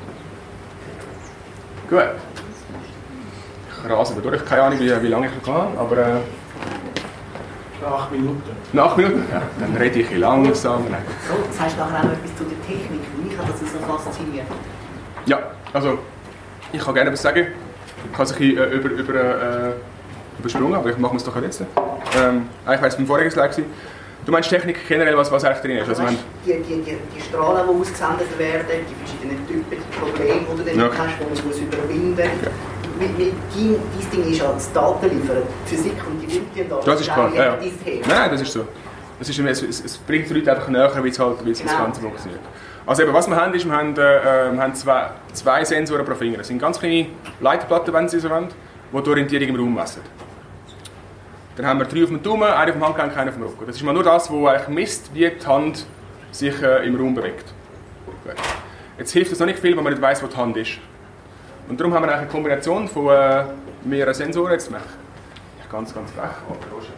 Gut. Ich rase da durch. Ich habe keine Ahnung, wie, wie lange ich noch kann, aber... Äh, Nach acht Minuten. Nach acht Minuten? Ja, dann rede ich langsam. So, das heißt nachher auch noch etwas zu der Technik. Mich hat das so fasziniert. Ja, also ich kann gerne etwas sagen. Ich habe es ein bisschen äh, über, über, äh, übersprungen, aber ich mache es doch jetzt. Ähm, eigentlich war es beim vorigen Slide. Du meinst Technik generell, was, was eigentlich drin ist? Also, weißt, die, die, die, die Strahlen, die ausgesendet werden, die verschiedenen Typen, die Probleme, die du dann okay. hast, die man überwinden muss. weil, weil dein, dein Ding ist ja das Daten liefern, die Physik und die Bildchen da. Das ist klar, ja, ja. Dein Thema. Nein, nein, das ist so. Das ist, es, es, es bringt die Leute einfach näher, wie es halt, wie es Genau. das Ganze funktioniert. Also eben, was wir haben, ist, wir haben, äh, wir haben zwei, zwei Sensoren pro Finger. Das sind ganz kleine Leiterplatten, wenn Sie so wollen, die die Orientierung im Raum messen. Dann haben wir drei auf dem Daumen, einen auf dem Handgelenk, einen auf dem Rücken. Das ist mal nur das, was eigentlich misst, wie die Hand sich äh, im Raum bewegt. Gut. Jetzt hilft es noch nicht viel, wenn man nicht weiss, wo die Hand ist. Und darum haben wir eigentlich eine Kombination von äh, mehreren Sensoren. Jetzt mache ich ganz, ganz frech. Oh,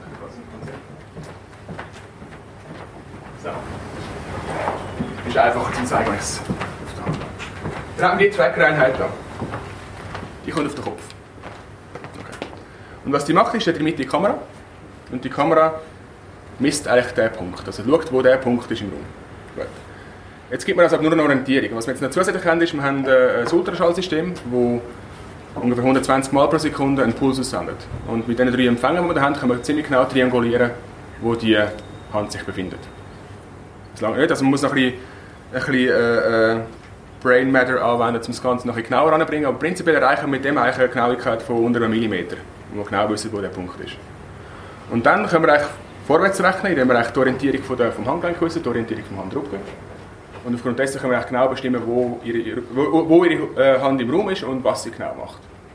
so. Ist einfacher zu zeigen, als auf der Hand. Dann haben wir die Tracker-Einheit da. Die kommt auf den Kopf. Okay. Und was die macht, ist, in der Mitte die Kamera. Und die Kamera misst eigentlich den Punkt. Also schaut, wo der Punkt ist im Raum. Gut. Jetzt gibt man also nur eine Orientierung. Was wir jetzt noch zusätzlich haben, ist, wir haben ein Ultraschallsystem, das ungefähr hundertzwanzig Mal pro Sekunde einen Puls aussendet. Und mit diesen drei Empfängern, die wir da haben, können wir ziemlich genau triangulieren, wo die Hand sich befindet. Das lange nicht. Also man muss noch ein bisschen, ein bisschen äh, äh, Brain Matter anwenden, um das Ganze noch ein bisschen genauer anzubringen. Aber prinzipiell erreichen wir mit dem eigentlich eine Genauigkeit von unter einem Millimeter, wo wir genau wissen, wo der Punkt ist. Und dann können wir eigentlich vorwärts rechnen, indem wir eigentlich die Orientierung von der, vom Handgelenk wissen, die Orientierung vom Handrücken. Und aufgrund dessen können wir eigentlich genau bestimmen, wo ihre, wo, wo ihre äh, Hand im Raum ist und was sie genau macht.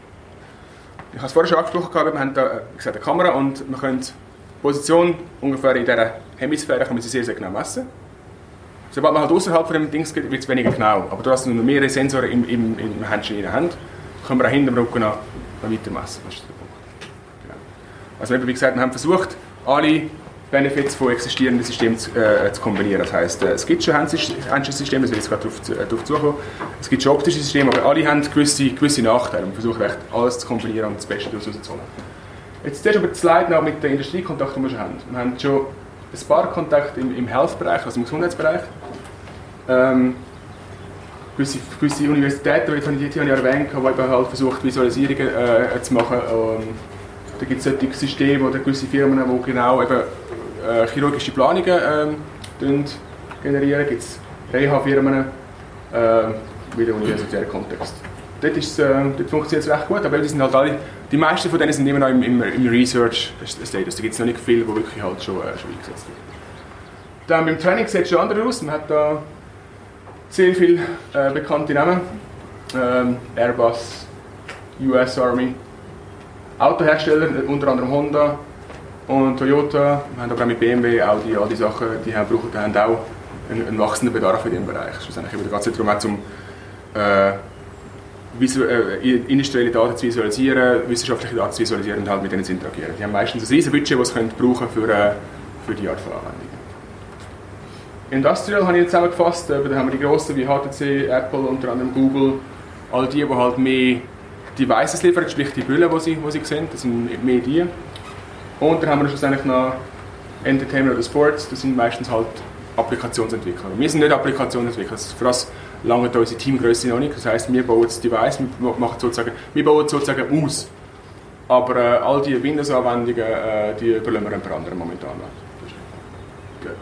Ich habe es vorher schon angesprochen, wir haben da wie gesagt, eine Kamera und wir können die Position ungefähr in dieser Hemisphäre können wir sie sehr, sehr genau messen. Sobald man halt außerhalb von dem Ding geht, wird es weniger genau. Aber da wir noch mehrere Sensoren im, im, im Händchen haben, können wir auch hinter dem Rücken noch weiter messen. Das ist der Punkt. Genau. Also wie gesagt, wir haben versucht, alle Benefits von existierenden Systemen zu, äh, zu kombinieren. Das heisst, äh, es gibt schon Handschuhsysteme, das will ich jetzt gerade darauf, äh, darauf zukommen. Es gibt schon optische Systeme, aber alle haben gewisse, gewisse Nachteile. Wir versuchen echt alles zu kombinieren und das Beste daraus rauszuholen. Jetzt zuerst aber die Slide noch mit den Industriekontakten, die wir schon haben. Wir haben schon ein paar Kontakte im, im Health-Bereich, also im Gesundheitsbereich. Ähm, gewisse, gewisse Universitäten, die habe ich erwähnt, die halt versucht, Visualisierungen äh, zu machen. Ähm, da gibt es solche Systeme oder gewisse Firmen, die genau eben, äh, chirurgische Planungen ähm, generieren. Da gibt es Reha-Firmen, äh, wieder im universitären Kontext. Dort, ist, äh, dort funktioniert es recht gut, aber die, sind halt alle, die meisten von denen sind immer noch im, im, im Research-Status. Da gibt es noch nicht viel, wo wirklich halt schon, äh, schon eingesetzt wird. Dann beim Training sieht es schon anders aus. Man hat da sehr viele äh, bekannte Namen. Ähm, Airbus, U S Army, Autohersteller, unter anderem Honda und Toyota. Wir haben aber auch mit B M W, Audi, all die Sachen, die haben, brauchen, die haben auch einen, einen wachsenden Bedarf in diesem Bereich. Schlussendlich geht es darum, auch zum äh, industrielle Daten zu visualisieren, wissenschaftliche Daten zu visualisieren und halt mit denen zu interagieren. Die haben meistens ein riesiges Budget, das sie brauchen für, äh, für die Art von Anwendungen. Industrial habe ich jetzt zusammengefasst, da haben wir die grossen wie H T C, Apple, unter anderem Google, all die, die halt mehr Devices liefern, sprich die Brillen, die sie, die sie sehen, das sind mehr die. Und dann haben wir schlussendlich noch Entertainment oder Sports, das sind meistens halt Applikationsentwickler. Wir sind nicht Applikationsentwickler, für das lange unsere Teamgröße noch nicht. Das heisst, wir bauen das Device, wir, machen sozusagen, wir bauen sozusagen aus. Aber äh, all die Windows-Anwendungen, äh, die überlassen wir ein paar andere momentan noch. Gut.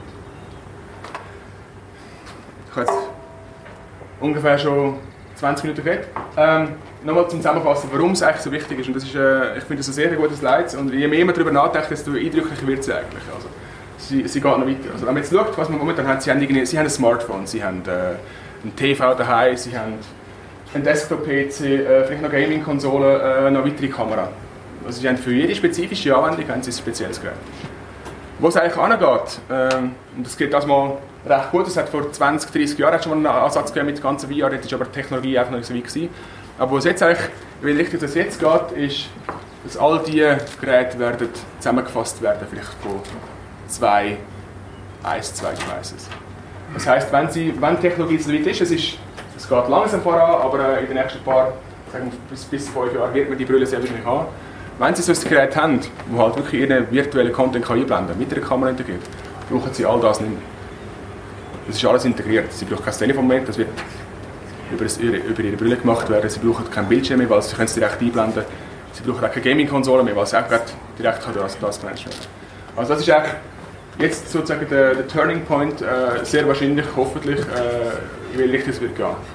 Ich habe jetzt ungefähr schon zwanzig Minuten geredet. Ähm, Nochmal zum Zusammenfassen, warum es eigentlich so wichtig ist. Und das ist äh, ich finde das ein sehr gutes Slide. Und je mehr man darüber nachdenkt, desto eindrücklicher wird sie eigentlich. Also, sie, sie geht noch weiter. Also, wenn man jetzt schaut, was man momentan hat, sie haben, sie haben ein Smartphone, sie haben äh, ein T V daheim, sie haben einen Desktop-P C, äh, vielleicht noch Gaming-Konsole, äh, noch weitere Kamera. Also sie haben für jede spezifische Anwendung haben sie ein spezielles Gerät. Wo es eigentlich angeht, äh, und das geht das mal recht gut, es hat vor zwanzig, dreissig Jahren schon mal einen Ansatz gegeben mit der ganzen V R, dort war aber die Technologie einfach noch nicht so weit gewesen. Aber wo es jetzt eigentlich, in welche Richtung es jetzt geht, ist, dass all diese Geräte werden zusammengefasst werden, vielleicht von zwei, eins, zwei Devices. Das heisst, wenn, sie, wenn die Technologie so weit ist, es, ist, es geht langsam voran, aber in den nächsten paar, sagen wir, bis, bis fünf Jahren wird man die Brille sehr wahrscheinlich haben. Wenn sie so ein Gerät haben, das halt wirklich ihren virtuellen Content kann einblenden kann, mit einer Kamera integriert, brauchen sie all das nicht mehr. Das ist alles integriert. Sie brauchen kein Telefon mehr, das wird über, das, über ihre Brille gemacht werden. Sie brauchen keinen Bildschirm mehr, weil sie können es direkt einblenden. Sie brauchen auch keine Gaming-Konsole mehr, weil sie auch direkt das, das gemanagt werden. Also das ist eigentlich jetzt sozusagen der, der Turning Point, äh, sehr wahrscheinlich, hoffentlich, äh, in welche Richtung es wird gehen.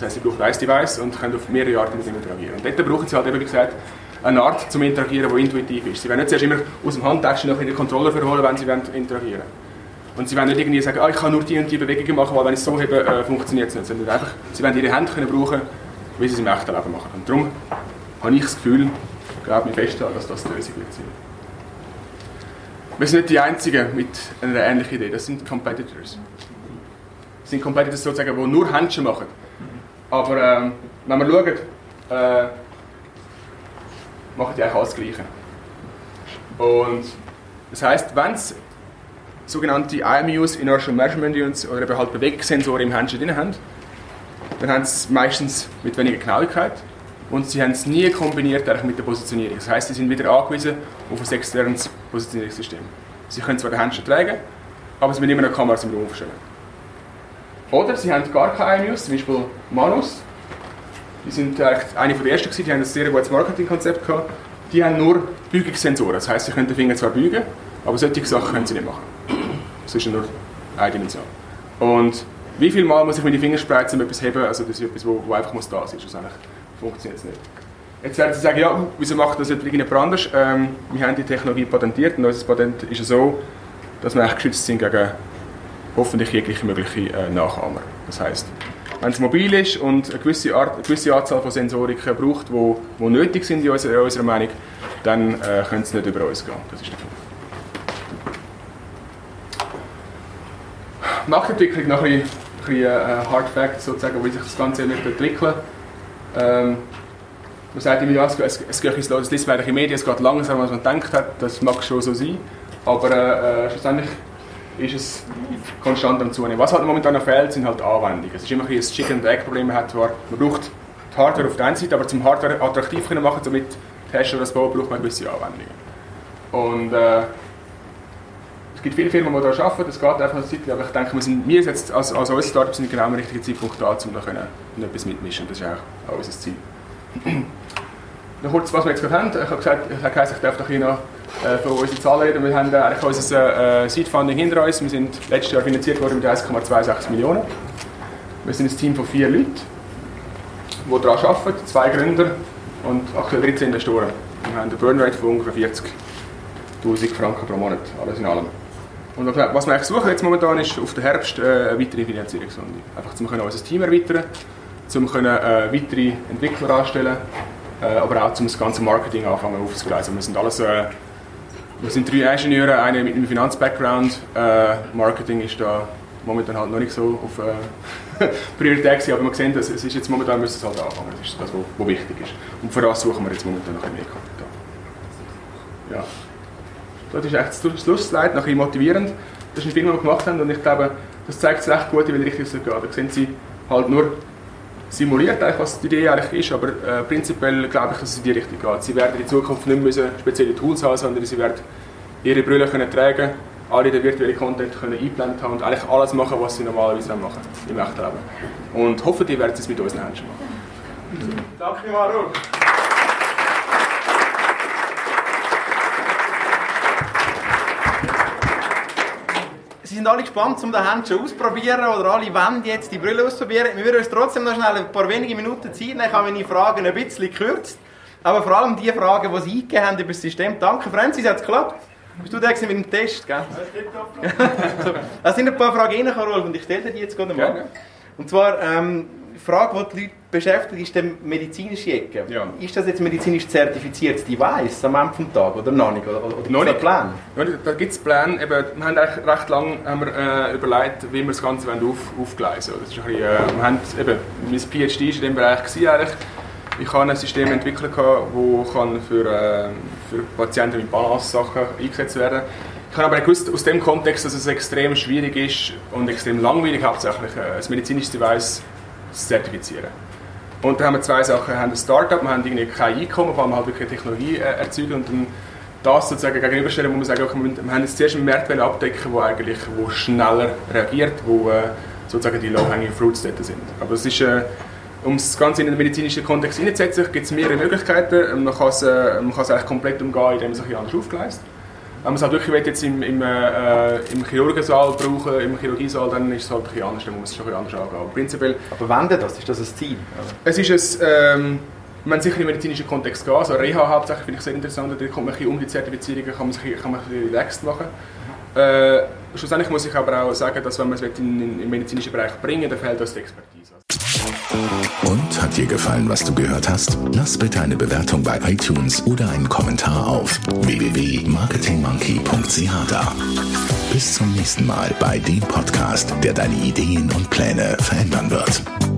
Das heisst, sie brauchen ein Device und können auf mehrere Arten mit ihm interagieren. Und dort brauchen sie halt eben, wie gesagt, eine Art zum Interagieren, die intuitiv ist. Sie werden nicht zuerst immer aus dem Handtäschchen noch in den Controller verholen, wenn sie interagieren wollen. Und sie wollen nicht irgendwie sagen, ah, ich kann nur die und die Bewegungen machen, weil wenn ich es so habe, äh, funktioniert es nicht. Sondern einfach, sie wollen ihre Hände können brauchen, wie sie es im echten Leben machen. Und darum habe ich das Gefühl, glaube ich fest, dass das die Lösung wird sein. Wir sind nicht die Einzigen mit einer ähnlichen Idee, das sind Competitors. Das sind Competitors sozusagen, die nur Händchen machen. Aber ähm, wenn wir schauen, äh, machen die eigentlich alles das Gleiche. Und das heisst, wenn es sogenannte I M Us, Inertial Measurement Units, oder eben halt Bewegungssensoren im Händchen drin haben, dann haben sie es meistens mit weniger Genauigkeit und sie haben es nie kombiniert mit der Positionierung. Das heisst, sie sind wieder angewiesen auf ein externes Positionierungssystem. Sie können zwar den Händchen tragen, aber sie müssen immer noch Kameras im Raum aufstellen. Oder sie haben gar keine I M Us, zum Beispiel Manus. Die sind eigentlich eine der ersten gewesen, die haben ein sehr gutes Marketingkonzept gehabt. Die haben nur Beugungssensoren. Das heisst, sie können den Finger zwar beugen, aber solche Sachen können sie nicht machen. Das ist ja nur eine Dimension. Und wie viel Mal muss ich mir die Finger spreizen, um etwas zu heben? Also das ist etwas, wo, wo einfach muss da sein. Schlussendlich funktioniert es nicht. Jetzt werden Sie sagen, ja, wieso macht das nicht irgendjemand anders? Ähm, wir haben die Technologie patentiert und unser Patent ist so, dass wir geschützt sind gegen hoffentlich jegliche mögliche äh, Nachahmer. Das heisst, wenn es mobil ist und eine gewisse, Art, eine gewisse Anzahl von Sensoriken braucht, die wo, wo nötig sind in unserer, in unserer Meinung, dann äh, können sie nicht über uns gehen. Das ist der Punkt. Marktentwicklung, noch ein bisschen, ein bisschen äh, Hard Fact, sozusagen, wie sich das Ganze entwickelt. Ähm, man sagt immer, ja, es, es, es geht los, es liest man in den Medien, es geht langsamer, als man gedacht hat, das mag schon so sein, aber äh, schlussendlich ist es konstant am Zunehmen. Was halt momentan noch fehlt, sind halt Anwendungen. Es ist immer ein Chicken-and-Egg-Problem, man hat zwar, man braucht die Hardware auf der einen Seite, aber zum Hardware attraktiv zu machen, damit die Hersteller das bauen, braucht man gewisse Anwendungen. Und äh, es gibt viele Firmen, die daran arbeiten, das geht einfach eine Zeit, aber ich denke, wir sind wir jetzt als, als unser Startup sind genau am richtigen Zeitpunkt da, um da können, etwas mitmischen. Das ist auch, auch unser Ziel. Noch kurz, was wir jetzt gerade haben. Ich habe gesagt, ich, habe gesagt, ich darf doch hier noch äh, von unseren Zahlen reden. Wir haben äh, eigentlich unser äh, Seed-Funding hinter uns. Wir sind letztes Jahr finanziert worden mit eins Komma sechsundzwanzig Millionen. Wir sind ein Team von vier Leuten, die daran arbeiten, zwei Gründer und aktuell dreizehn Investoren. Wir haben eine Burnrate von ungefähr vierzigtausend Franken pro Monat, alles in allem. Und was wir eigentlich suchen jetzt momentan ist auf den Herbst äh, eine weitere Finanzierungsrunde. Einfach, um unser Team erweitern, um äh, weitere Entwickler anstellen, äh, aber auch um das ganze Marketing anfangen aufzugleisen. Wir sind alles, äh, wir sind drei Ingenieure, einer mit einem Finanz-Background. Äh, Marketing ist da momentan halt noch nicht so auf äh, Priorität gewesen, aber man sieht, dass es ist jetzt momentan müssen es halt anfangen. Das ist das, was wichtig ist. Und für das suchen wir jetzt momentan noch ein mehr Kapital. Ja. Das ist echt das Schlussslide, nachher motivierend. Das ist ein Film, den wir gemacht haben und ich glaube, das zeigt es recht gut, in welche Richtung es geht. Da sehen Sie halt nur simuliert, was die Idee eigentlich ist, aber äh, prinzipiell glaube ich, dass es in die Richtung geht. Sie werden in Zukunft nicht müssen spezielle Tools haben, sondern sie werden ihre Brille können tragen, alle den virtuellen Content können einblenden haben und eigentlich alles machen, was sie normalerweise machen im echten Leben. Und hoffentlich werden sie es mit unseren Händen machen. Danke, Maro. Sie sind alle gespannt, um den Händchen auszuprobieren oder alle wollen jetzt die Brille ausprobieren. Wir würden uns trotzdem noch schnell ein paar wenige Minuten Zeit nehmen. Ich habe meine Fragen ein bisschen gekürzt. Aber vor allem die Fragen, die Sie eingegeben haben über das System. Danke, Francis, hat es geklappt? Bist du der mit dem Test, gell? Es sind ein paar Fragen reingekommen, Rolf, und ich stelle dir die jetzt gerade mal. Ja. Und zwar, ähm, die Frage, die die Leute beschäftigt, ist die medizinische Ecke. Ja. Ist das jetzt medizinisch zertifiziertes Device am Ende des Tages oder noch nicht? Oder, oder noch nicht. Plan? Ja, da gibt es Pläne. Eben, wir haben eigentlich recht lange haben wir, äh, überlegt, wie wir das Ganze auf, aufgleisen wollen. Das ist ein bisschen, äh, wir haben, eben, mein PhD war in diesem Bereich. Eigentlich. Ich habe ein System entwickelt, das für, äh, für Patienten mit Balance-Sachen eingesetzt werden kann. Ich habe aber gewusst, aus dem Kontext, dass es extrem schwierig ist und extrem langweilig, hauptsächlich äh, ein medizinisches Device zu zertifizieren. Und da haben wir zwei Sachen. Wir haben ein Start-up, wir haben irgendwie kein Einkommen, weil wir halt wirklich Technologie äh, erzeugen und dann das sozusagen gegenüberstellen, wo wir sagen, okay, wir haben jetzt zuerst einen Markt abdecken, der eigentlich wo schneller reagiert, wo äh, sozusagen die low-hanging fruits dort sind. Aber es ist, äh, um das Ganze in den medizinischen Kontext hineinzusetzen, gibt es mehrere Möglichkeiten. Man kann es, äh, man kann es eigentlich komplett umgehen, indem man es ein bisschen anders aufgleist. Wenn man es halt wirklich jetzt im, im, äh, im Chirurgensaal brauchen, im Chirurgiesaal, dann ist es halt ein bisschen anders, dann muss man es schon ein bisschen anders angehen. Aber prinzipiell... Aber wenn denn das? Ist das ein Ziel? Es ist ein... Ähm, man sicher im medizinischen Kontext gehen, also Reha hauptsächlich finde ich sehr interessant, da kommt man ein bisschen um die Zertifizierungen, kann man sich kann man ein bisschen relaxed machen. Äh, schlussendlich muss ich aber auch sagen, dass wenn man es in, in, im medizinischen Bereich bringen, dann fehlt uns die Expertise. Und hat dir gefallen, was du gehört hast? Lass bitte eine Bewertung bei iTunes oder einen Kommentar auf w w w punkt marketingmonkey punkt c h da. Bis zum nächsten Mal bei dem Podcast, der deine Ideen und Pläne verändern wird.